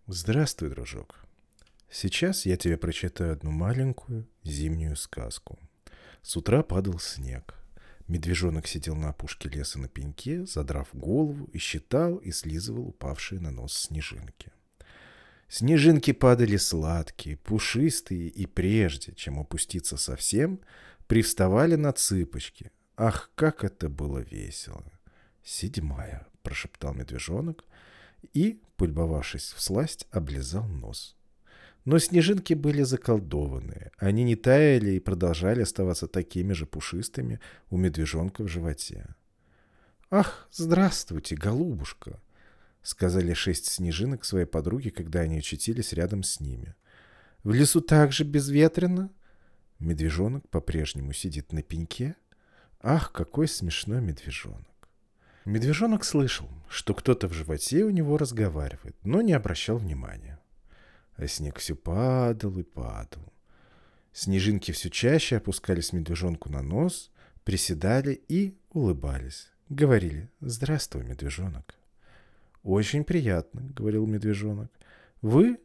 Здравствуй, дружок. Сейчас я тебе прочитаю одну маленькую зимнюю сказку. С утра падал снег. Медвежонок сидел на опушке леса на пеньке, задрав голову, и считал и слизывал упавшие на нос снежинки. Снежинки падали сладкие, пушистые, и прежде, чем опуститься совсем, привставали на цыпочки. Ах, как это было весело! 7, прошептал медвежонок и, полюбовавшись всласть, облизал нос. Но снежинки были заколдованные. Они не таяли и продолжали оставаться такими же пушистыми у медвежонка в животе. «Ах, здравствуйте, голубушка!» — сказали 6 снежинок своей подруге, когда они очутились рядом с ними. «В лесу так же безветренно?» Медвежонок по-прежнему сидит на пеньке. Ах, какой смешной медвежонок! Медвежонок слышал, что кто-то в животе у него разговаривает, но не обращал внимания. А снег все падал и падал. Снежинки все чаще опускались медвежонку на нос, приседали и улыбались. Говорили: «Здравствуй, медвежонок». «Очень приятно», — говорил медвежонок. «Вы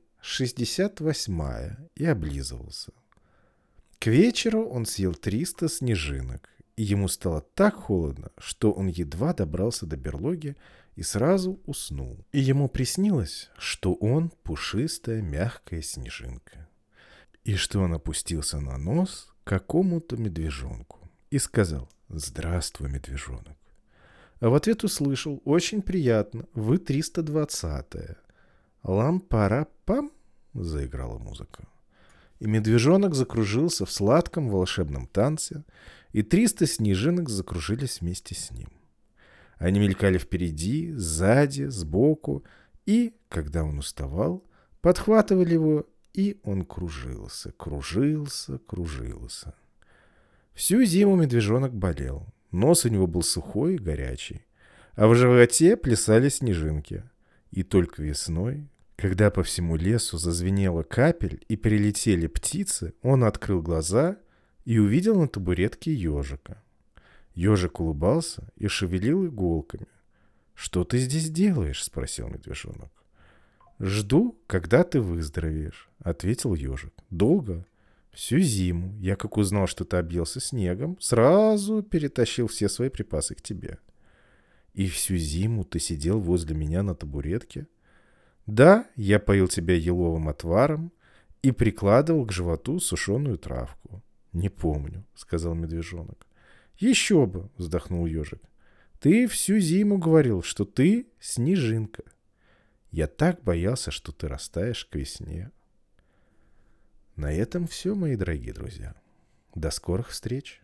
68-я», и облизывался. К вечеру он съел 300 снежинок, и ему стало так холодно, что он едва добрался до берлоги и сразу уснул. И ему приснилось, что он пушистая мягкая снежинка, и что он опустился на нос к какому-то медвежонку и сказал: «Здравствуй, медвежонок». А в ответ услышал: «Очень приятно, вы 320-я». «Лам-пара-пам», — заиграла музыка. И медвежонок закружился в сладком волшебном танце, и 300 снежинок закружились вместе с ним. Они мелькали впереди, сзади, сбоку, и, когда он уставал, подхватывали его, и он кружился, кружился, кружился. Всю зиму медвежонок болел. Нос у него был сухой и горячий, а в животе плясали снежинки. И только весной, когда по всему лесу зазвенело капель и прилетели птицы, он открыл глаза и увидел на табуретке ежика. Ежик улыбался и шевелил иголками. «Что ты здесь делаешь?» — спросил медвежонок. «Жду, когда ты выздоровеешь», — ответил ежик. «Долго?» «Всю зиму. Я, как узнал, что ты объелся снегом, сразу перетащил все свои припасы к тебе». «И всю зиму ты сидел возле меня на табуретке?» «Да, я поил тебя еловым отваром и прикладывал к животу сушеную травку». «Не помню», — сказал медвежонок. «Еще бы», — вздохнул ежик. «Ты всю зиму говорил, что ты снежинка. Я так боялся, что ты растаешь к весне». На этом все, мои дорогие друзья. До скорых встреч.